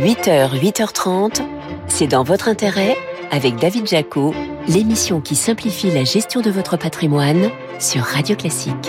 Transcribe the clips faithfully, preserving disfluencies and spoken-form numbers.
huit heures, huit heures trente, c'est dans votre intérêt avec David Jaco, l'émission qui simplifie la gestion de votre patrimoine sur Radio Classique.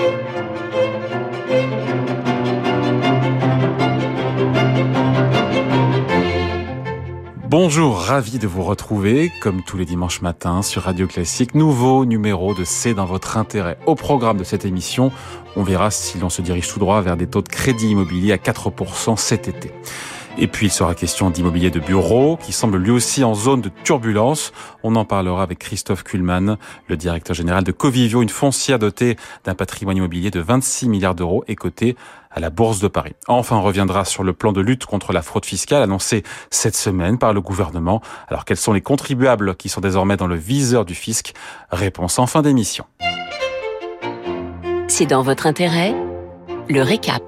Bonjour, ravi de vous retrouver, comme tous les dimanches matins sur Radio Classique. Nouveau numéro de C'est dans votre intérêt. Au programme de cette émission, on verra si l'on se dirige tout droit vers des taux de crédit immobilier à quatre pour cent cet été. Et puis il sera question d'immobilier de bureau, qui semble lui aussi en zone de turbulence. On en parlera avec Christophe Kuhlmann, le directeur général de Covivio, une foncière dotée d'un patrimoine immobilier de vingt-six milliards d'euros et cotée à la Bourse de Paris. Enfin, on reviendra sur le plan de lutte contre la fraude fiscale annoncé cette semaine par le gouvernement. Alors, quels sont les contribuables qui sont désormais dans le viseur du fisc? Réponse en fin d'émission. C'est dans votre intérêt, le récap.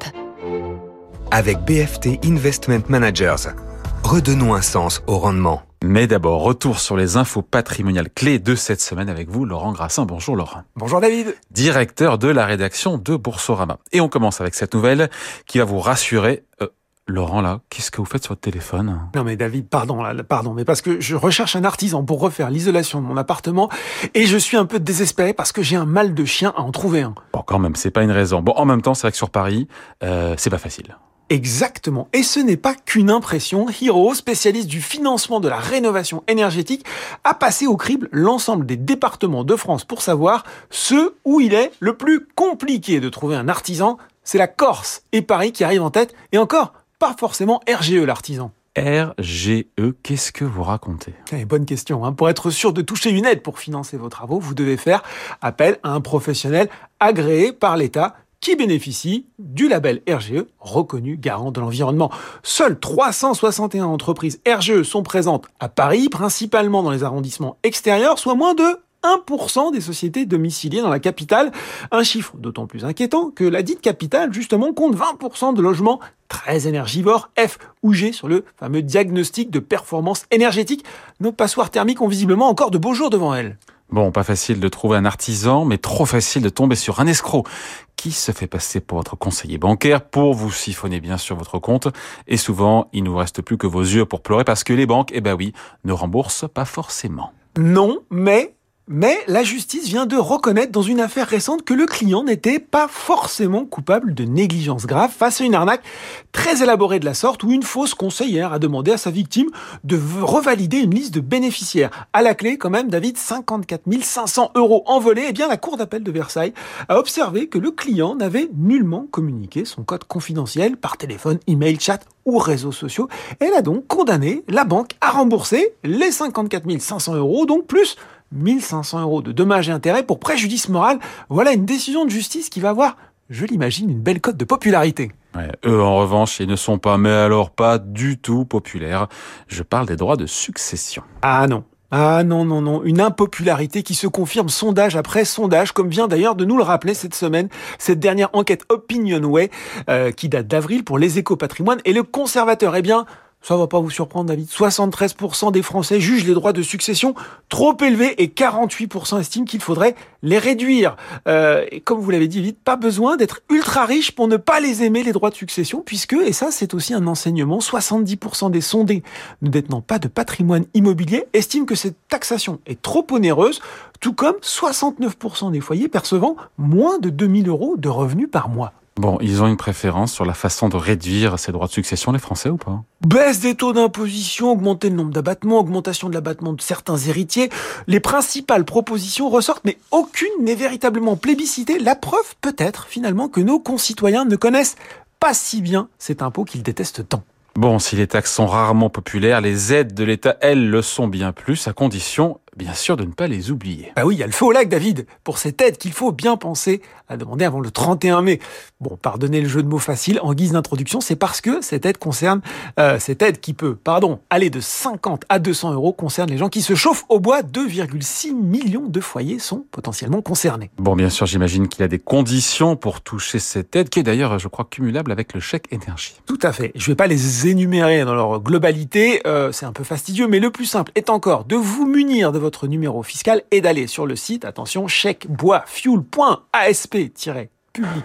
Avec B F T Investment Managers, redonnons un sens au rendement. Mais d'abord, retour sur les infos patrimoniales clés de cette semaine avec vous, Laurent Grassin. Bonjour Laurent. Bonjour David. Directeur de la rédaction de Boursorama. Et on commence avec cette nouvelle qui va vous rassurer. Euh, Laurent, là, qu'est-ce que vous faites sur votre téléphone? Non mais David, pardon, là, pardon, mais parce que je recherche un artisan pour refaire l'isolation de mon appartement et je suis un peu désespéré parce que j'ai un mal de chien à en trouver un. Bon, quand même, c'est pas une raison. Bon, en même temps, c'est vrai que sur Paris, euh, c'est pas facile. Exactement. Et ce n'est pas qu'une impression. Hero, spécialiste du financement de la rénovation énergétique, a passé au crible l'ensemble des départements de France pour savoir ceux où il est le plus compliqué de trouver un artisan. C'est la Corse et Paris qui arrivent en tête. Et encore, pas forcément R G E l'artisan. R G E, qu'est-ce que vous racontez? Eh, bonne question. Hein. Pour être sûr de toucher une aide pour financer vos travaux, vous devez faire appel à un professionnel agréé par l'État qui bénéficie du label R G E, reconnu garant de l'environnement. Seules trois cent soixante et un entreprises R G E sont présentes à Paris, principalement dans les arrondissements extérieurs, soit moins de un pour cent des sociétés domiciliées dans la capitale. Un chiffre d'autant plus inquiétant que la dite capitale, justement, compte vingt pour cent de logements très énergivores, F ou G, sur le fameux diagnostic de performance énergétique. Nos passoires thermiques ont visiblement encore de beaux jours devant elles. Bon, pas facile de trouver un artisan, mais trop facile de tomber sur un escroc qui se fait passer pour votre conseiller bancaire pour vous siphonner bien sûr votre compte. Et souvent, il ne vous reste plus que vos yeux pour pleurer parce que les banques, eh ben oui, ne remboursent pas forcément. Non, mais... Mais la justice vient de reconnaître dans une affaire récente que le client n'était pas forcément coupable de négligence grave face à une arnaque très élaborée de la sorte où une fausse conseillère a demandé à sa victime de revalider une liste de bénéficiaires. À la clé, quand même, David, cinquante-quatre mille cinq cents euros envolés. Eh bien, la cour d'appel de Versailles a observé que le client n'avait nullement communiqué son code confidentiel par téléphone, email, chat ou réseaux sociaux. Elle a donc condamné la banque à rembourser les cinquante-quatre mille cinq cents euros, donc plus mille cinq cents euros de dommages et intérêts pour préjudice moral. Voilà une décision de justice qui va avoir, je l'imagine, une belle cote de popularité. Ouais, eux, en revanche, ils ne sont pas, mais alors pas du tout populaires. Je parle des droits de succession. Ah non. Ah non, non, non. Une impopularité qui se confirme sondage après sondage, comme vient d'ailleurs de nous le rappeler cette semaine, cette dernière enquête Opinionway, euh, qui date d'avril pour les Échos Patrimoine. Et le conservateur, eh bien... ça va pas vous surprendre, David. soixante-treize pour cent des Français jugent les droits de succession trop élevés et quarante-huit pour cent estiment qu'il faudrait les réduire. Euh, et comme vous l'avez dit, vite, pas besoin d'être ultra riche pour ne pas les aimer, les droits de succession, puisque, et ça c'est aussi un enseignement, soixante-dix pour cent des sondés ne détenant pas de patrimoine immobilier estiment que cette taxation est trop onéreuse, tout comme soixante-neuf pour cent des foyers percevant moins de deux mille euros de revenus par mois. Bon, ils ont une préférence sur la façon de réduire ces droits de succession, les Français, ou pas? Baisse des taux d'imposition, augmenter le nombre d'abattements, augmentation de l'abattement de certains héritiers. Les principales propositions ressortent, mais aucune n'est véritablement plébiscitée. La preuve peut-être, finalement, que nos concitoyens ne connaissent pas si bien cet impôt qu'ils détestent tant. Bon, si les taxes sont rarement populaires, les aides de l'État, elles, le sont bien plus, à condition, bien sûr, de ne pas les oublier. Ah oui, il y a le feu au lac, David, pour cette aide qu'il faut bien penser à demander avant le trente et un mai. Bon, pardonnez le jeu de mots facile, en guise d'introduction, c'est parce que cette aide concerne, euh, cette aide qui peut, pardon, aller de cinquante à deux cents euros concerne les gens qui se chauffent au bois. deux virgule six millions de foyers sont potentiellement concernés. Bon, bien sûr, j'imagine qu'il y a des conditions pour toucher cette aide, qui est d'ailleurs, je crois, cumulable avec le chèque énergie. Tout à fait. Je vais pas les énumérer dans leur globalité, euh, c'est un peu fastidieux, mais le plus simple est encore de vous munir de votre numéro fiscal et d'aller sur le site, attention, chèque bois fuel point a s p tiret public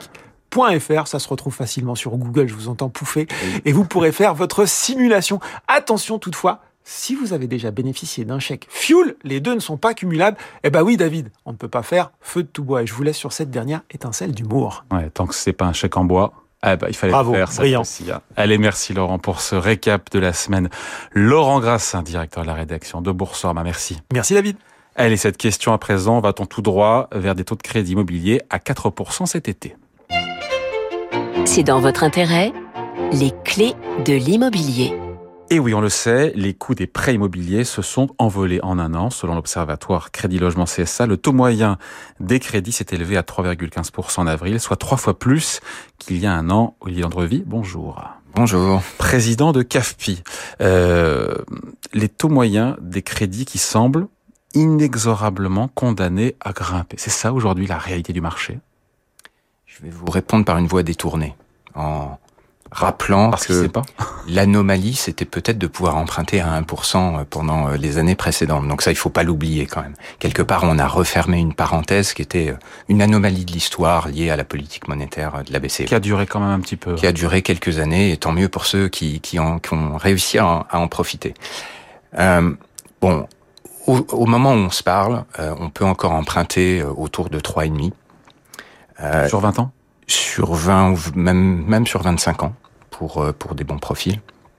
point f r. Ça se retrouve facilement sur Google, je vous entends pouffer. Et vous pourrez faire votre simulation. Attention toutefois, si vous avez déjà bénéficié d'un chèque fuel, les deux ne sont pas cumulables. Eh ben oui, David, on ne peut pas faire feu de tout bois. Et je vous laisse sur cette dernière étincelle d'humour. Ouais, tant que c'est pas un chèque en bois, eh ben, il fallait Bravo, le faire. Ça brillant. aussi, hein. Allez, merci Laurent pour ce récap de la semaine. Laurent Grassin, directeur de la rédaction de Boursorama, merci. Merci David. Allez, cette question à présent, va-t-on tout droit vers des taux de crédit immobilier à quatre pour cent cet été? C'est dans votre intérêt, les clés de l'immobilier. Et oui, on le sait, les coûts des prêts immobiliers se sont envolés en un an. Selon l'Observatoire Crédit Logement C S A, le taux moyen des crédits s'est élevé à trois virgule quinze pour cent en avril, soit trois fois plus qu'il y a un an. Olivier Landrevie, bonjour. Bonjour. Président de C A F P I. Euh, les taux moyens des crédits qui semblent inexorablement condamnés à grimper. C'est ça aujourd'hui la réalité du marché? Je vais vous répondre par une voie détournée, en rappelant Parce que pas. l'anomalie, c'était peut-être de pouvoir emprunter à un pour cent pendant les années précédentes. Donc ça, il faut pas l'oublier quand même. Quelque part, on a refermé une parenthèse qui était une anomalie de l'histoire liée à la politique monétaire de la B C E. Qui a duré quand même un petit peu. Qui a duré quelques années, et tant mieux pour ceux qui, qui, en, qui ont réussi à en, à en profiter. Euh, bon, au, au moment où on se parle, euh, on peut encore emprunter autour de trois virgule cinq. Euh, sur vingt ans? Sur vingt ou même, même sur vingt-cinq ans. Pour, pour des bons profils.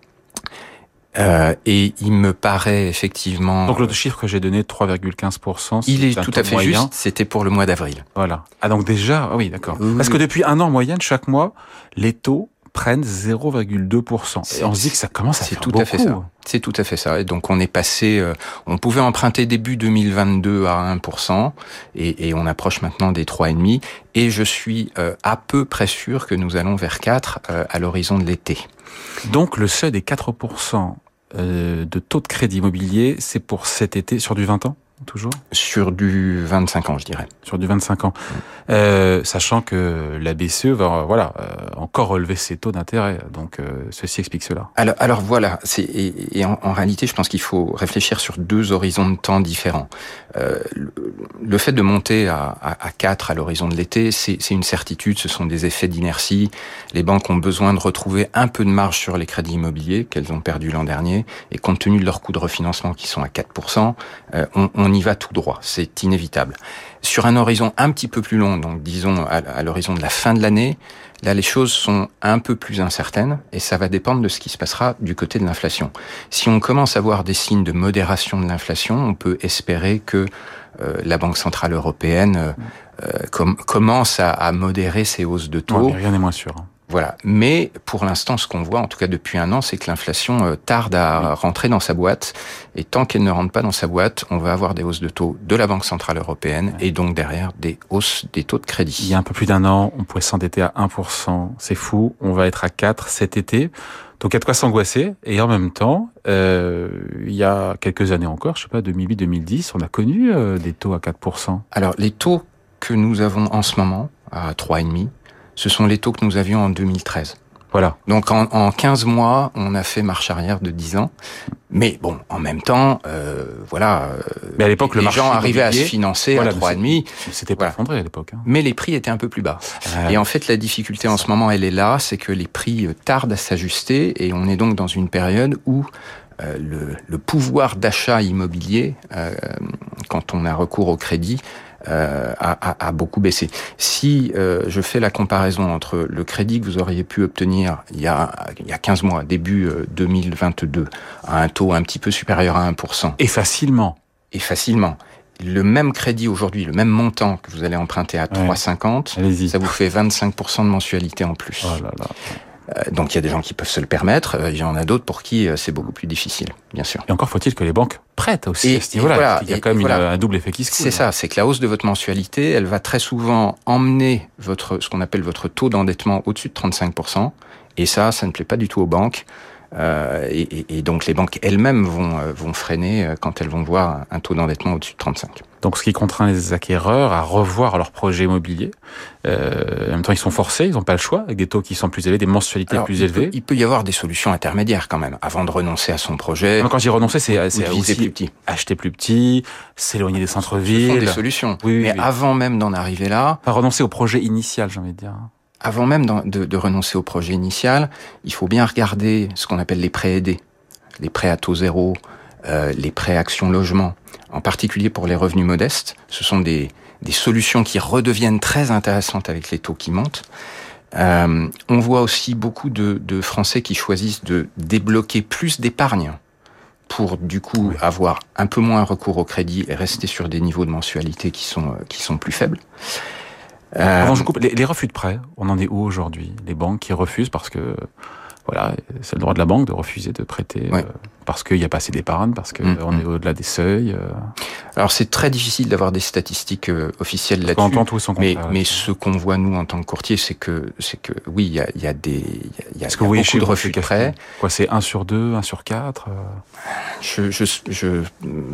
Euh, et il me paraît effectivement... Donc le chiffre que j'ai donné, trois virgule quinze pour cent, il est tout à fait moyen. juste, c'était pour le mois d'avril. Voilà. Ah donc déjà, ah oui d'accord. Oui, Parce oui. que depuis un an en moyenne, chaque mois, les taux prennent zéro virgule deux pour cent. Et on se dit que ça commence à faire tout beaucoup. à fait ça. C'est tout à fait ça. Et donc on est passé, euh, on pouvait emprunter début deux mille vingt-deux à un pour cent et, et on approche maintenant des trois virgule cinq. Et je suis euh, à peu près sûr que nous allons vers quatre euh, à l'horizon de l'été. Donc le seuil des quatre pour cent euh, de taux de crédit immobilier, c'est pour cet été, sur du vingt ans toujours? Sur du vingt-cinq ans, je dirais. Sur du vingt-cinq ans. Euh, sachant que la B C E va voilà, euh, encore relever ses taux d'intérêt. Donc, euh, ceci explique cela. Alors, alors voilà. C'est, et, et en, en réalité, je pense qu'il faut réfléchir sur deux horizons de temps différents. Euh, le, le fait de monter à, à, à quatre à l'horizon de l'été, c'est, c'est une certitude. Ce sont des effets d'inertie. Les banques ont besoin de retrouver un peu de marge sur les crédits immobiliers qu'elles ont perdus l'an dernier. Et compte tenu de leurs coûts de refinancement qui sont à quatre pour cent, euh, on, on y va tout droit, c'est inévitable. Sur un horizon un petit peu plus long, donc disons à, à l'horizon de la fin de l'année, là les choses sont un peu plus incertaines et ça va dépendre de ce qui se passera du côté de l'inflation. Si on commence à voir des signes de modération de l'inflation, on peut espérer que euh, la Banque Centrale Européenne euh, com- commence à, à modérer ses hausses de taux. Ouais, mais rien n'est moins sûr. Hein. Voilà. Mais pour l'instant, ce qu'on voit, en tout cas depuis un an, c'est que l'inflation euh, tarde à rentrer dans sa boîte. Et tant qu'elle ne rentre pas dans sa boîte, on va avoir des hausses de taux de la Banque Centrale Européenne et donc derrière des hausses des taux de crédit. Il y a un peu plus d'un an, on pouvait s'endetter à un pour cent. C'est fou. On va être à quatre cet été. Donc il y a de quoi s'angoisser. Et en même temps, euh, il y a quelques années encore, je sais pas, deux mille huit deux mille dix, on a connu euh, des taux à quatre pour cent. Alors les taux que nous avons en ce moment, à trois virgule cinq, ce sont les taux que nous avions en deux mille treize. Voilà. Donc en, en quinze mois, on a fait marche arrière de dix ans. Mais bon, en même temps, euh, voilà. Euh, mais à l'époque, les le marché gens arrivaient à se financer voilà, à trois virgule cinq. C'était pas voilà. effondré à l'époque. Hein. Mais les prix étaient un peu plus bas. Euh, et en fait, la difficulté en ce moment, elle est là, c'est que les prix tardent à s'ajuster et on est donc dans une période où euh, le, le pouvoir d'achat immobilier, euh, quand on a recours au crédit, Euh, a, a, a beaucoup baissé. Si euh, je fais la comparaison entre le crédit que vous auriez pu obtenir il y a, il y a quinze mois, début euh, deux mille vingt-deux, à un taux un petit peu supérieur à un pour cent. Et facilement. Et facilement. Le même crédit aujourd'hui, le même montant que vous allez emprunter à trois virgule cinquante, Allez-y. ça vous fait vingt-cinq pour cent de mensualité en plus. Oh là là. Donc il y a des gens qui peuvent se le permettre, il y en a d'autres pour qui c'est beaucoup plus difficile, bien sûr. Et encore faut-il que les banques prêtent aussi et, à ce niveau-là. Voilà, il y a quand même voilà, une, un double effet qui se coule. C'est ça, c'est que la hausse de votre mensualité, elle va très souvent emmener votre, ce qu'on appelle votre taux d'endettement au-dessus de trente-cinq pour cent. Et ça, ça ne plaît pas du tout aux banques. Euh, et, et, et donc les banques elles-mêmes vont, vont freiner quand elles vont voir un taux d'endettement au-dessus de trente-cinq. Donc ce qui contraint les acquéreurs à revoir leur projet immobilier. Euh, en même temps, ils sont forcés, ils n'ont pas le choix, avec des taux qui sont plus élevés, des mensualités Alors, plus il élevées. Peut, il peut y avoir des solutions intermédiaires quand même, avant de renoncer à son projet. Donc, quand j'y renoncer, c'est, c'est aussi plus petit. acheter plus petit, s'éloigner des centres-villes. Ce sont des solutions. Oui, oui, Mais oui. avant même d'en arriver là... Pas renoncer au projet initial, j'ai envie de dire. avant même de, de renoncer au projet initial, il faut bien regarder ce qu'on appelle les prêts aidés, les prêts à taux zéro, euh, les prêts Action Logement. En particulier pour les revenus modestes, ce sont des, des solutions qui redeviennent très intéressantes avec les taux qui montent. Euh, on voit aussi beaucoup de, de Français qui choisissent de débloquer plus d'épargne pour du coup oui. avoir un peu moins recours au crédit et rester sur des niveaux de mensualité qui sont, qui sont plus faibles. Euh, Avant, je coupe, les, les refus de prêt, on en est où aujourd'hui? Les banques qui refusent parce que voilà, c'est le droit de la banque de refuser de prêter ouais. euh, parce qu'il n'y a pas assez d'épargne, parce qu'on mmh. est au-delà des seuils. Euh... Alors c'est très difficile d'avoir des statistiques euh, officielles là-dessus. On entend tout son mais, mais ce qu'on voit nous en tant que courtier, c'est que c'est que oui, il y a, y a des il y a, y a, y a beaucoup de refus de prêt. Quoi, c'est un sur deux, un sur quatre euh... Je je je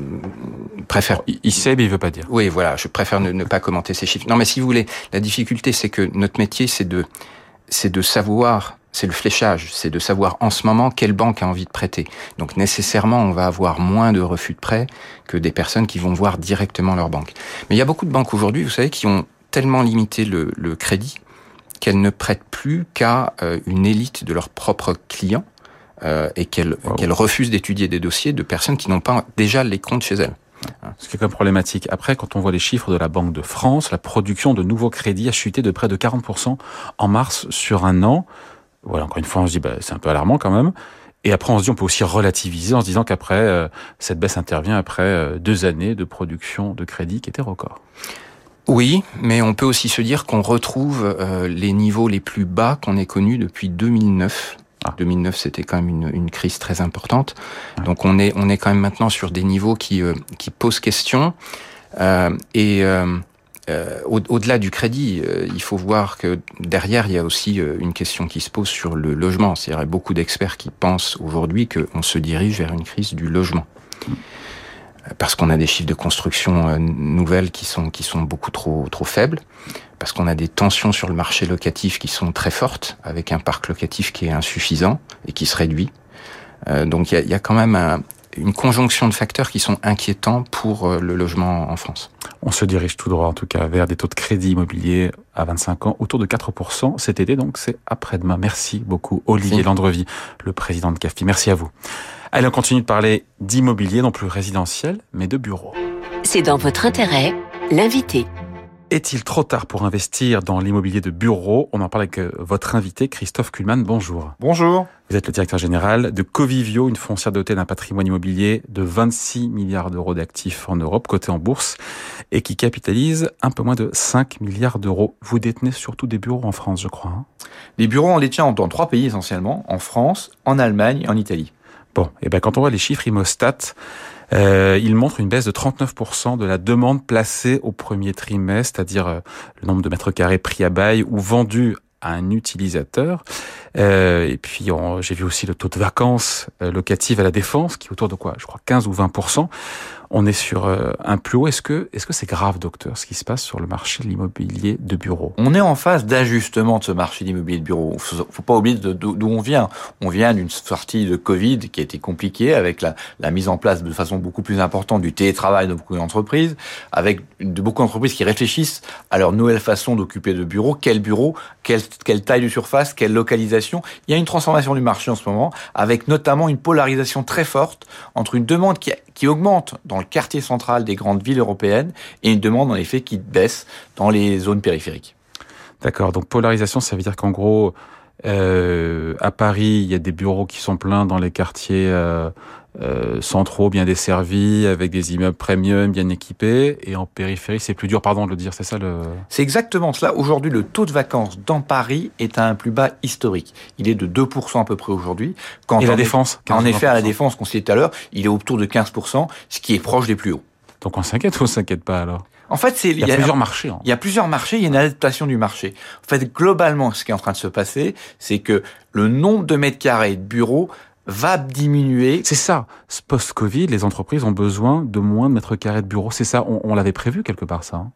préfère. Il, il sait, mais il veut pas dire. Oui, voilà, je préfère ne, ne pas commenter ces chiffres. Non, mais si vous voulez, la difficulté, c'est que notre métier, c'est de c'est de savoir. C'est le fléchage, c'est de savoir en ce moment quelle banque a envie de prêter. Donc nécessairement, on va avoir moins de refus de prêt que des personnes qui vont voir directement leur banque. Mais il y a beaucoup de banques aujourd'hui, vous savez, qui ont tellement limité le, le crédit qu'elles ne prêtent plus qu'à euh, une élite de leurs propres clients euh, et qu'elles, wow. qu'elles refusent d'étudier des dossiers de personnes qui n'ont pas déjà les comptes chez elles. Ce qui est quand même problématique. Après, quand on voit les chiffres de la Banque de France, la production de nouveaux crédits a chuté de près de quarante pour cent en mars sur un an. Voilà, encore une fois, on se dit, bah, c'est un peu alarmant quand même. Et après, on se dit, on peut aussi relativiser en se disant qu'après, euh, cette baisse intervient après euh, deux années de production de crédit qui étaient records. Oui, mais on peut aussi se dire qu'on retrouve euh, les niveaux les plus bas qu'on ait connus depuis deux mille neuf. Ah. deux mille neuf, c'était quand même une, une crise très importante. Ouais. Donc, on est, on est quand même maintenant sur des niveaux qui, euh, qui posent question. Euh, et... Euh, Euh, au, au-delà du crédit, euh, il faut voir que derrière, il y a aussi euh, une question qui se pose sur le logement. C'est-à-dire, il y a beaucoup d'experts qui pensent aujourd'hui qu'on se dirige vers une crise du logement. Mmh. Parce qu'on a des chiffres de construction euh, nouvelles qui sont, qui sont beaucoup trop, trop faibles. Parce qu'on a des tensions sur le marché locatif qui sont très fortes, avec un parc locatif qui est insuffisant et qui se réduit. Euh, donc, il y a, il y a quand même un... une conjonction de facteurs qui sont inquiétants pour le logement en France. On se dirige tout droit, en tout cas, vers des taux de crédit immobilier à vingt-cinq ans, autour de quatre pour cent cet été, donc c'est après-demain. Merci beaucoup, Olivier Landrevie, le président de C A F I. Merci à vous. Allez, on continue de parler d'immobilier, non plus résidentiel, mais de bureau. C'est dans votre intérêt, l'invité. Est-il trop tard pour investir dans l'immobilier de bureau? On en parle avec votre invité, Christophe Kuhlmann. Bonjour. Bonjour. Vous êtes le directeur général de Covivio, une foncière dotée d'un patrimoine immobilier de vingt-six milliards d'euros d'actifs en Europe, coté en bourse, et qui capitalise un peu moins de cinq milliards d'euros. Vous détenez surtout des bureaux en France, je crois. Hein? Les bureaux, on les tient dans trois pays essentiellement, en France, en Allemagne et en Italie. Bon, et ben quand on voit les chiffres Imostat, Euh, il montre une baisse de trente-neuf pour cent de la demande placée au premier trimestre, c'est-à-dire euh, le nombre de mètres carrés pris à bail ou vendus à un utilisateur. Euh, et puis, on, j'ai vu aussi le taux de vacances euh, locatives à la Défense, qui est autour de quoi? Je crois quinze ou vingt pour cent. On est sur euh, un plus haut. Est-ce que, est-ce que c'est grave, docteur, ce qui se passe sur le marché de l'immobilier de bureau? On est en phase d'ajustement de ce marché de l'immobilier de bureau. Il faut, faut pas oublier de, d'où on vient. On vient d'une sortie de Covid qui a été compliquée avec la, la mise en place de façon beaucoup plus importante du télétravail de beaucoup d'entreprises, avec de beaucoup d'entreprises qui réfléchissent à leur nouvelle façon d'occuper de bureaux. Quel bureau, quelle, quelle taille de surface, quelle localisation. Il y a une transformation du marché en ce moment, avec notamment une polarisation très forte entre une demande qui, qui augmente dans le quartier central des grandes villes européennes et une demande en effet qui baisse dans les zones périphériques. D'accord, donc polarisation, ça veut dire qu'en gros, euh, à Paris, il y a des bureaux qui sont pleins dans les quartiers euh, euh, centraux, bien desservis, avec des immeubles premium, bien équipés, et en périphérie, c'est plus dur, pardon de le dire, c'est ça le... C'est exactement cela. Aujourd'hui, le taux de vacances dans Paris est à un plus bas historique. Il est de deux pour cent à peu près aujourd'hui. Quand et la Défense En effet, à la Défense, qu'on citait tout à l'heure, il est autour de quinze pour cent, ce qui est proche des plus hauts. Donc on s'inquiète ou on s'inquiète pas alors? En fait, c'est, il y a, il y a plusieurs marchés. Hein. Il y a plusieurs marchés, il y a une adaptation du marché. En fait, globalement, ce qui est en train de se passer, c'est que le nombre de mètres carrés de bureaux va diminuer. C'est ça. Post-Covid, les entreprises ont besoin de moins de mètres carrés de bureaux. C'est ça. On, on l'avait prévu quelque part, ça. Hein.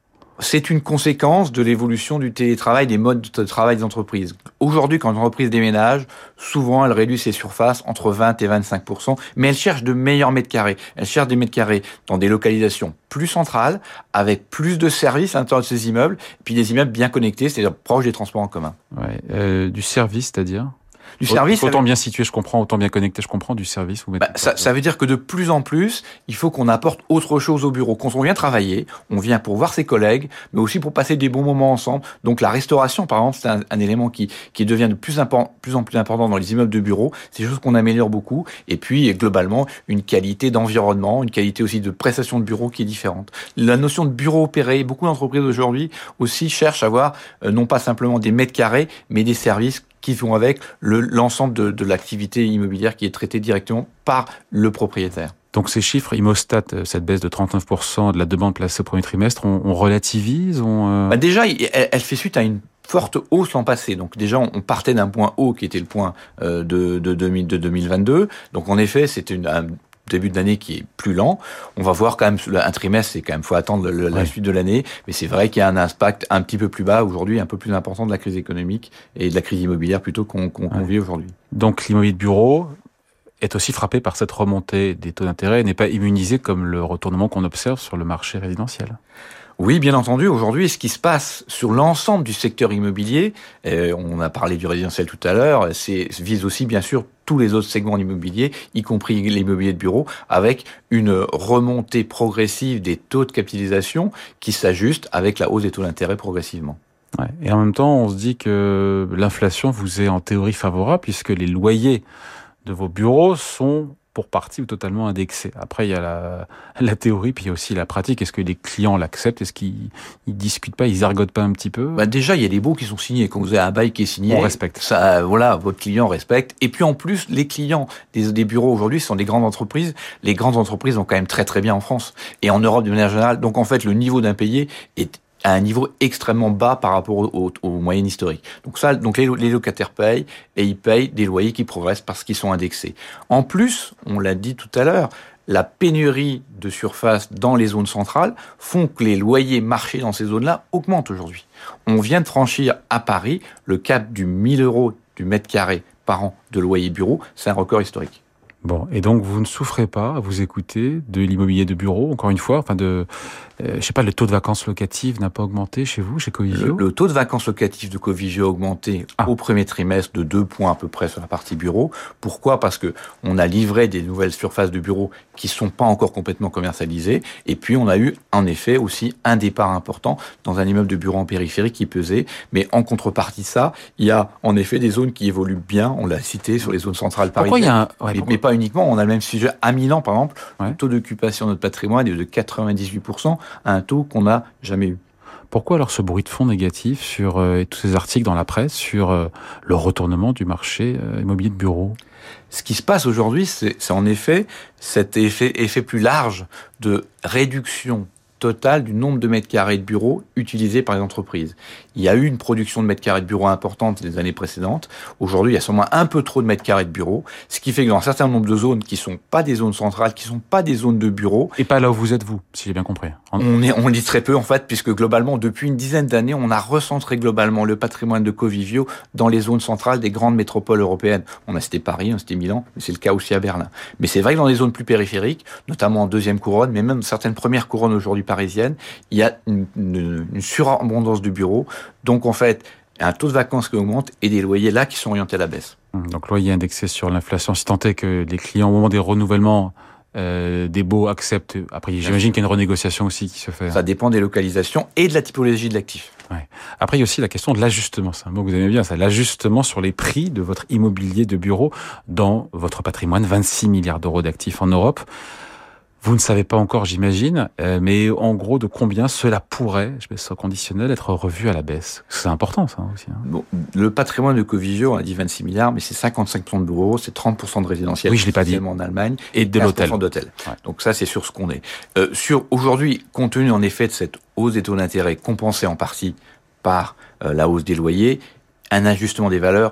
C'est une conséquence de l'évolution du télétravail, des modes de travail des entreprises. Aujourd'hui, quand une entreprise déménage, souvent, elle réduit ses surfaces entre vingt et vingt-cinq pour cent, mais elle cherche de meilleurs mètres carrés. Elle cherche des mètres carrés dans des localisations plus centrales, avec plus de services à l'intérieur de ces immeubles, et puis des immeubles bien connectés, c'est-à-dire proches des transports en commun. Ouais. Euh, du service, c'est-à-dire ? Du service, autant bien situé, je comprends, autant bien connecté, je comprends, du service. Vous mettez bah, ça, ça veut dire que de plus en plus, il faut qu'on apporte autre chose au bureau. Quand on vient travailler, on vient pour voir ses collègues, mais aussi pour passer des bons moments ensemble. Donc la restauration, par exemple, c'est un, un élément qui, qui devient de plus, import, plus en plus important dans les immeubles de bureaux. C'est des choses qu'on améliore beaucoup. Et puis, globalement, une qualité d'environnement, une qualité aussi de prestation de bureau qui est différente. La notion de bureau opéré, beaucoup d'entreprises aujourd'hui aussi cherchent à avoir euh, non pas simplement des mètres carrés, mais des services qui vont avec le, l'ensemble de, de l'activité immobilière qui est traitée directement par le propriétaire. Donc ces chiffres, Immostat, cette baisse de trente-neuf pour cent de la demande placée au premier trimestre, on, on relativise on, euh... bah Déjà, elle, elle fait suite à une forte hausse l'an passé. Donc déjà, on partait d'un point haut qui était le point euh, de, de, de, de deux mille vingt-deux. Donc en effet, c'était une... Un, début de l'année qui est plus lent. On va voir quand même, un trimestre, c'est quand même, faut attendre le, la ouais. suite de l'année, mais c'est vrai qu'il y a un impact un petit peu plus bas aujourd'hui, un peu plus important de la crise économique et de la crise immobilière plutôt qu'on, qu'on, qu'on ouais. vit aujourd'hui. Donc l'immobilier de bureau est aussi frappé par cette remontée des taux d'intérêt et n'est pas immunisé comme le retournement qu'on observe sur le marché résidentiel. Oui, bien entendu. Aujourd'hui, ce qui se passe sur l'ensemble du secteur immobilier, euh, on a parlé du résidentiel tout à l'heure, c'est vise aussi bien sûr tous les autres segments d'immobilier, y compris l'immobilier de bureau, avec une remontée progressive des taux de capitalisation qui s'ajuste avec la hausse des taux d'intérêt progressivement. Ouais. Et en même temps, on se dit que l'inflation vous est en théorie favorable puisque les loyers de vos bureaux sont pour partie ou totalement indexé. Après, il y a la, la théorie, puis il y a aussi la pratique. Est-ce que les clients l'acceptent? Est-ce qu'ils ils discutent pas, ils argotent pas un petit peu? Bah déjà, il y a des baux qui sont signés. Quand vous avez un bail qui est signé, on respecte. Ça, voilà, votre client respecte. Et puis en plus, les clients des, des bureaux aujourd'hui sont des grandes entreprises. Les grandes entreprises vont quand même très très bien en France et en Europe de manière générale. Donc en fait, le niveau d'impayé est à un niveau extrêmement bas par rapport aux au, au moyennes historiques. Donc ça, donc les, les locataires payent et ils payent des loyers qui progressent parce qu'ils sont indexés. En plus, on l'a dit tout à l'heure, la pénurie de surface dans les zones centrales font que les loyers marchés dans ces zones-là augmentent aujourd'hui. On vient de franchir à Paris le cap du mille euros du mètre carré par an de loyer bureau. C'est un record historique. Bon, et donc vous ne souffrez pas à vous écouter de l'immobilier de bureau, encore une fois, enfin de, euh, je sais pas, le taux de vacances locatives n'a pas augmenté chez vous, chez Covivio? Le, le taux de vacances locatives de Covivio a augmenté ah. au premier trimestre de deux points à peu près sur la partie bureau. Pourquoi? Parce que on a livré des nouvelles surfaces de bureaux qui sont pas encore complètement commercialisées, et puis on a eu en effet aussi un départ important dans un immeuble de bureau en périphérie qui pesait, mais en contrepartie de ça, il y a en effet des zones qui évoluent bien, on l'a cité sur les zones centrales parisiennes. Pourquoi il y a un... ouais, mais, mais pas uniquement, on a le même sujet à Milan par exemple, ouais. le taux d'occupation de notre patrimoine est de quatre-vingt-dix-huit pour cent, à un taux qu'on n'a jamais eu. Pourquoi alors ce bruit de fond négatif sur euh, tous ces articles dans la presse sur euh, le retournement du marché euh, immobilier de bureau? Ce qui se passe aujourd'hui, c'est, c'est en effet cet effet, effet plus large de réduction totale du nombre de mètres carrés de bureaux utilisés par les entreprises. Il y a eu une production de mètres carrés de bureaux importante les années précédentes. Aujourd'hui, il y a sûrement un peu trop de mètres carrés de bureaux, ce qui fait que dans un certain nombre de zones qui sont pas des zones centrales, qui sont pas des zones de bureaux... Et pas là où vous êtes, vous, si j'ai bien compris. En... On, est, on lit très peu, en fait, puisque globalement, depuis une dizaine d'années, on a recentré globalement le patrimoine de Covivio dans les zones centrales des grandes métropoles européennes. On a cité Paris, on a cité Milan, mais c'est le cas aussi à Berlin. Mais c'est vrai que dans les zones plus périphériques, notamment en deuxième couronne, mais même certaines premières couronnes aujourd'hui parisiennes, il y a une, une, une surabondance de bureaux. Donc, en fait, un taux de vacances qui augmente et des loyers là qui sont orientés à la baisse. Donc, loyer indexé sur l'inflation, si tant est que les clients, au moment des renouvellements euh, des baux, acceptent. Après, j'imagine qu'il y a une renégociation aussi qui se fait. Ça dépend des localisations et de la typologie de l'actif. Ouais. Après, il y a aussi la question de l'ajustement. C'est un mot que vous aimez bien, ça. L'ajustement sur les prix de votre immobilier de bureau dans votre patrimoine, vingt-six milliards d'euros d'actifs en Europe. Vous ne savez pas encore, j'imagine, euh, mais en gros, de combien cela pourrait, je mets ça au conditionnel, être revu à la baisse. C'est important, ça, aussi. Hein. Bon, le patrimoine de Covivio, on a dit vingt-six milliards, mais c'est cinquante-cinq pour cent de bureaux, c'est trente pour cent de résidentiel. Oui, je l'ai pas dit. En Allemagne. Et de l'hôtel. d'hôtel. Ouais. Donc ça, c'est sur ce qu'on est. Euh, sur, aujourd'hui, compte tenu, en effet, de cette hausse des taux d'intérêt, compensée en partie par euh, la hausse des loyers, un ajustement des valeurs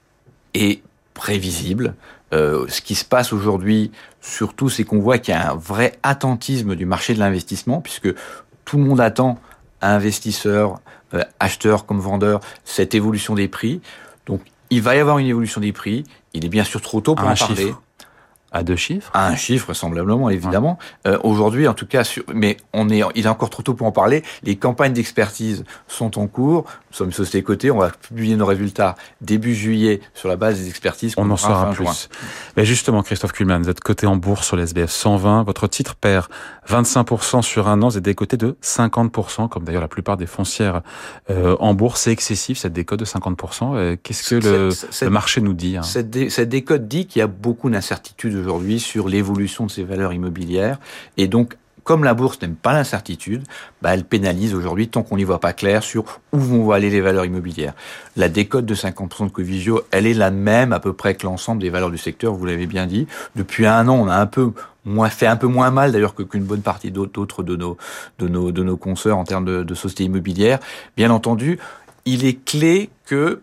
est prévisible. Euh, ce qui se passe aujourd'hui, surtout, c'est qu'on voit qu'il y a un vrai attentisme du marché de l'investissement, puisque tout le monde attend investisseurs, euh, acheteurs comme vendeurs, cette évolution des prix. Donc, il va y avoir une évolution des prix. Il est bien sûr trop tôt pour un en parler. Chiffre. À deux chiffres? À un chiffre, vraisemblablement, évidemment. Ouais. Euh, aujourd'hui, en tout cas, sur, mais on est, il est encore trop tôt pour en parler. Les campagnes d'expertise sont en cours. Nous sommes une société cotée. On va publier nos résultats début juillet sur la base des expertises. On en saura plus. Juin. Mais justement, Christophe Kuhlmann, vous êtes coté en bourse sur l'S B F cent vingt. Votre titre perd vingt-cinq pour cent sur un an. Vous êtes décoté de cinquante pour cent, comme d'ailleurs la plupart des foncières euh, en bourse. C'est excessif, cette décote de cinquante pour cent. Euh, qu'est-ce que le, cette, le marché nous dit hein? Cette, dé, cette décote dit qu'il y a beaucoup d'incertitudes aujourd'hui sur l'évolution de ces valeurs immobilières. Et donc, comme la bourse n'aime pas l'incertitude, bah, elle pénalise aujourd'hui tant qu'on n'y voit pas clair sur où vont aller les valeurs immobilières. La décote de cinquante pour cent de Covivio, elle est la même à peu près que l'ensemble des valeurs du secteur, vous l'avez bien dit. Depuis un an, on a un peu moins fait un peu moins mal d'ailleurs que qu'une bonne partie d'autres de nos de nos de nos consoeurs en termes de, de sociétés immobilières. Bien entendu, il est clé que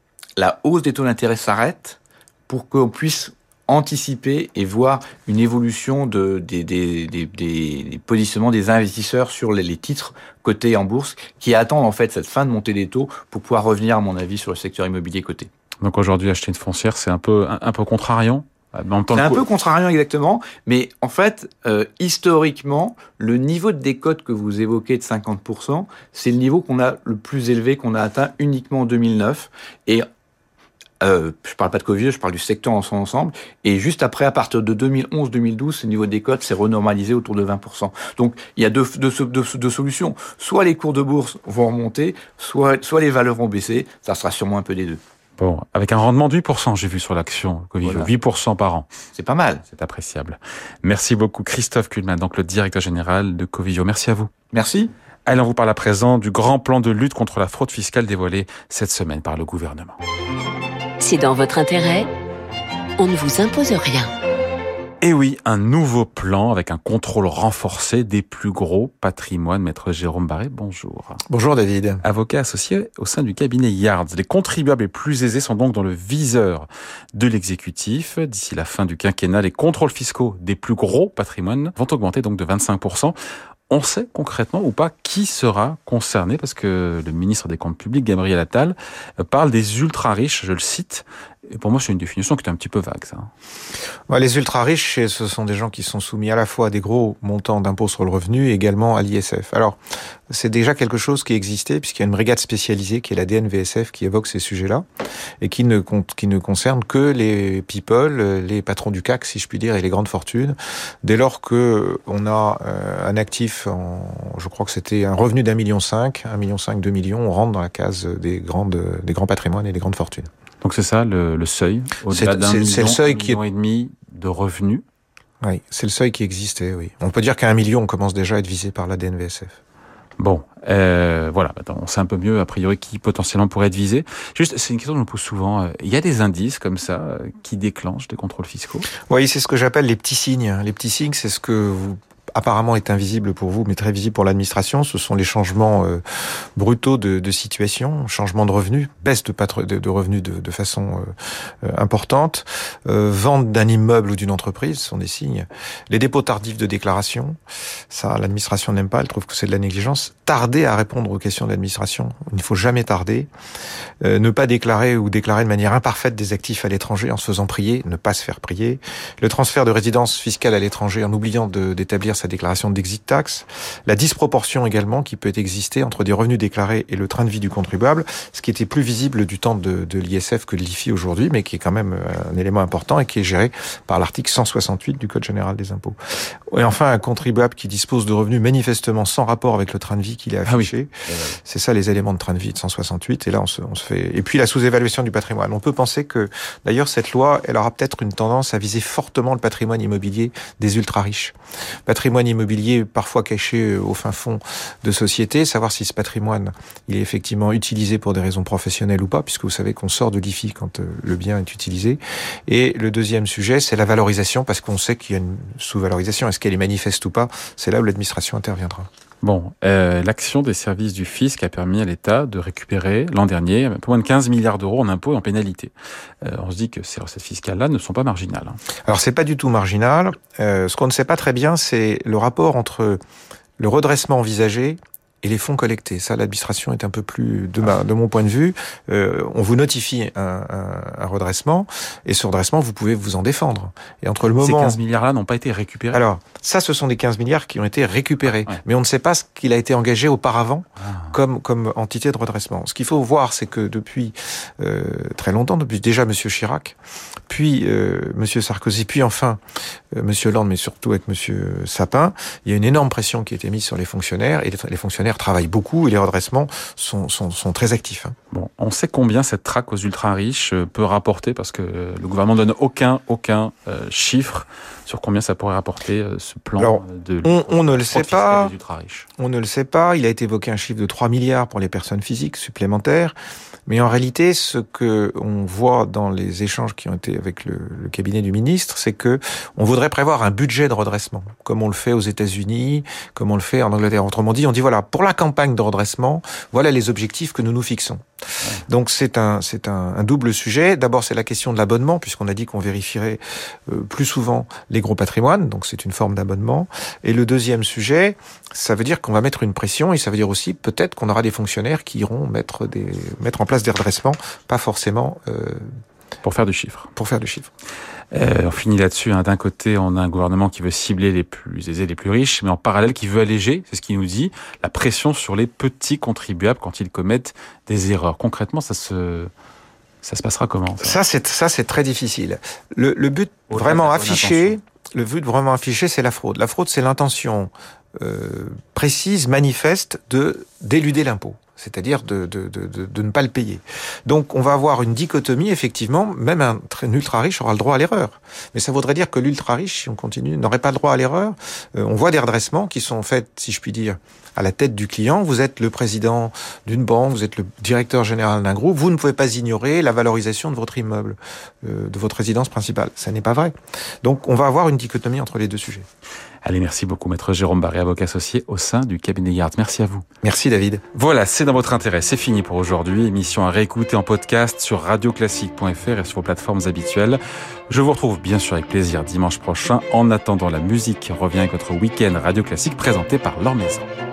la hausse des taux d'intérêt s'arrête pour qu'on puisse anticiper et voir une évolution de, des, des, des, des positionnements des investisseurs sur les, les titres cotés en bourse qui attendent en fait cette fin de montée des taux pour pouvoir revenir, à mon avis, sur le secteur immobilier coté. Donc aujourd'hui, acheter une foncière, c'est un peu, un, un peu contrariant. C'est un peu contrariant exactement, mais en fait, euh, historiquement, le niveau de décote que vous évoquez de cinquante pour cent, c'est le niveau qu'on a le plus élevé, qu'on a atteint uniquement en deux mille neuf. Et Euh, je parle pas de Covivio, je parle du secteur en son ensemble. Et juste après, à partir de deux mille onze deux mille douze, ce niveau de décote s'est renormalisé autour de vingt pour cent. Donc, il y a deux, deux, deux, deux solutions. Soit les cours de bourse vont remonter, soit, soit les valeurs vont baisser. Ça sera sûrement un peu des deux. Bon, avec un rendement de huit pour cent, j'ai vu sur l'action Covivio, voilà. huit pour cent par an. C'est pas mal. C'est appréciable. Merci beaucoup, Christophe Kuhlmann, donc le directeur général de Covivio. Merci à vous. Merci. Allez, on vous parle à présent du grand plan de lutte contre la fraude fiscale dévoilé cette semaine par le gouvernement. C'est dans votre intérêt. On ne vous impose rien. Et oui, un nouveau plan avec un contrôle renforcé des plus gros patrimoines. Maître Jérôme Barré, bonjour. Bonjour David. Avocat associé au sein du cabinet Yards. Les contribuables les plus aisés sont donc dans le viseur de l'exécutif. D'ici la fin du quinquennat, les contrôles fiscaux des plus gros patrimoines vont augmenter donc de vingt-cinq pour cent. On sait concrètement ou pas qui sera concerné, parce que le ministre des Comptes publics, Gabriel Attal, parle des ultra-riches, je le cite. Et pour moi, c'est une définition qui est un petit peu vague, ça. Ouais, les ultra-riches, ce sont des gens qui sont soumis à la fois à des gros montants d'impôts sur le revenu et également à l'I S F. Alors, c'est déjà quelque chose qui existait, puisqu'il y a une brigade spécialisée qui est la D N V S F qui évoque ces sujets-là et qui ne, qui ne concerne que les people, les patrons du C A C, si je puis dire, et les grandes fortunes. Dès lors que on a un actif, en, je crois que c'était un revenu d'un million cinq, un million cinq, deux millions, on rentre dans la case des grandes, des grands patrimoines et des grandes fortunes. Donc c'est ça le, le seuil, au-delà d'un million, c'est le seuil qui million est... et demi de revenus. Oui, c'est le seuil qui existait, oui. On peut dire qu'à un million, on commence déjà à être visé par la D N V S F. Bon, euh, voilà, on sait un peu mieux, a priori, qui potentiellement pourrait être visé. Juste, c'est une question que je me pose souvent. Il y a des indices comme ça qui déclenchent des contrôles fiscaux? Oui, c'est ce que j'appelle les petits signes. Les petits signes, c'est ce que vous... apparemment est invisible pour vous, mais très visible pour l'administration. Ce sont les changements euh, brutaux de, de situation, changement de revenus, baisse de, patro- de, de revenus de, de façon euh, importante, euh, vente d'un immeuble ou d'une entreprise, ce sont des signes. Les dépôts tardifs de déclaration, ça l'administration n'aime pas, elle trouve que c'est de la négligence. Tarder à répondre aux questions de l'administration, il ne faut jamais tarder. Euh, ne pas déclarer ou déclarer de manière imparfaite des actifs à l'étranger en se faisant prier, ne pas se faire prier. Le transfert de résidence fiscale à l'étranger en oubliant de, d'établir sa déclaration d'exit tax, la disproportion également qui peut exister entre des revenus déclarés et le train de vie du contribuable, ce qui était plus visible du temps de, de l'I S F que de l'I F I aujourd'hui, mais qui est quand même un élément important et qui est géré par l'article cent soixante-huit du Code général des impôts. Et enfin, un contribuable qui dispose de revenus manifestement sans rapport avec le train de vie qu'il a affiché. Ah oui. C'est ça les éléments de train de vie de cent soixante-huit. Et là, on se, on se fait. Et puis la sous-évaluation du patrimoine. On peut penser que, d'ailleurs, cette loi, elle aura peut-être une tendance à viser fortement le patrimoine immobilier des ultra-riches. Patrimoine immobilier parfois caché au fin fond de sociétés, savoir si ce patrimoine il est effectivement utilisé pour des raisons professionnelles ou pas, puisque vous savez qu'on sort de l'I F I quand le bien est utilisé. Et le deuxième sujet, c'est la valorisation, parce qu'on sait qu'il y a une sous-valorisation. Est-ce qu'elle est manifeste ou pas? C'est là où l'administration interviendra. Bon, euh, l'action des services du fisc a permis à l'État de récupérer l'an dernier un peu moins de quinze milliards d'euros en impôts et en pénalités. Euh, on se dit que ces recettes fiscales-là ne sont pas marginales. Hein. Alors c'est pas du tout marginal. Euh, ce qu'on ne sait pas très bien, c'est le rapport entre le redressement envisagé et les fonds collectés. Ça, l'administration est un peu plus, de, ma, de mon point de vue, euh, on vous notifie un, un, un redressement, et ce redressement, vous pouvez vous en défendre. Et entre le moment... Ces quinze milliards-là n'ont pas été récupérés. Alors, ça, ce sont des quinze milliards qui ont été récupérés. Ouais. Mais on ne sait pas ce qu'il a été engagé auparavant ah. comme, comme entité de redressement. Ce qu'il faut voir, c'est que depuis euh, très longtemps, depuis déjà M. Chirac, puis euh, M. Sarkozy, puis enfin euh, M. Hollande, mais surtout avec M. Sapin, il y a une énorme pression qui a été mise sur les fonctionnaires, et les, les fonctionnaires travaillent beaucoup, et les redressements sont, sont, sont très actifs. Hein. Bon, on sait combien cette traque aux ultra-riches peut rapporter, parce que le gouvernement ne donne aucun, aucun euh, chiffre sur combien ça pourrait rapporter euh, ce plan. Alors, de on, on ne le sait pas. Des ultra-riches. On ne le sait pas. Il a été évoqué un chiffre de trois milliards pour les personnes physiques supplémentaires. Mais en réalité, ce que on voit dans les échanges qui ont été avec le, le cabinet du ministre, c'est que on voudrait prévoir un budget de redressement, comme on le fait aux États-Unis, comme on le fait en Angleterre. Autrement dit, on dit voilà, pour la campagne de redressement, voilà les objectifs que nous nous fixons. Ouais. Donc c'est un c'est un, un double sujet. D'abord, c'est la question de l'abonnement, puisqu'on a dit qu'on vérifierait euh, plus souvent les gros patrimoines, donc c'est une forme d'abonnement. Et le deuxième sujet, ça veut dire qu'on va mettre une pression, et ça veut dire aussi peut-être qu'on aura des fonctionnaires qui iront mettre des mettre en place des redressements, pas forcément euh, pour faire du chiffre. Pour faire du chiffre. Euh, on finit là-dessus. Hein. D'un côté, on a un gouvernement qui veut cibler les plus aisés, les plus riches, mais en parallèle qui veut alléger, c'est ce qu'il nous dit, la pression sur les petits contribuables quand ils commettent des erreurs. Concrètement, ça se ça se passera comment ça, ça c'est ça c'est très difficile. Le, le but Au vraiment affiché, le but vraiment affiché, c'est la fraude. La fraude, c'est l'intention euh, précise, manifeste de d'éluder l'impôt. C'est-à-dire de, de, de, de ne pas le payer. Donc on va avoir une dichotomie, effectivement, même un, un ultra-riche aura le droit à l'erreur. Mais ça voudrait dire que l'ultra-riche, si on continue, n'aurait pas le droit à l'erreur. Euh, on voit des redressements qui sont faits, si je puis dire, à la tête du client. Vous êtes le président d'une banque, vous êtes le directeur général d'un groupe, vous ne pouvez pas ignorer la valorisation de votre immeuble, euh, de votre résidence principale. Ça n'est pas vrai. Donc on va avoir une dichotomie entre les deux sujets. Allez, merci beaucoup, maître Jérôme Barré, avocat associé au sein du cabinet Yards. Merci à vous. Merci David. Voilà, c'est dans votre intérêt. C'est fini pour aujourd'hui. Émission à réécouter en podcast sur radio classique point f r et sur vos plateformes habituelles. Je vous retrouve bien sûr avec plaisir dimanche prochain. En attendant, la musique revient avec votre week-end Radio Classique présenté par Laure Maison.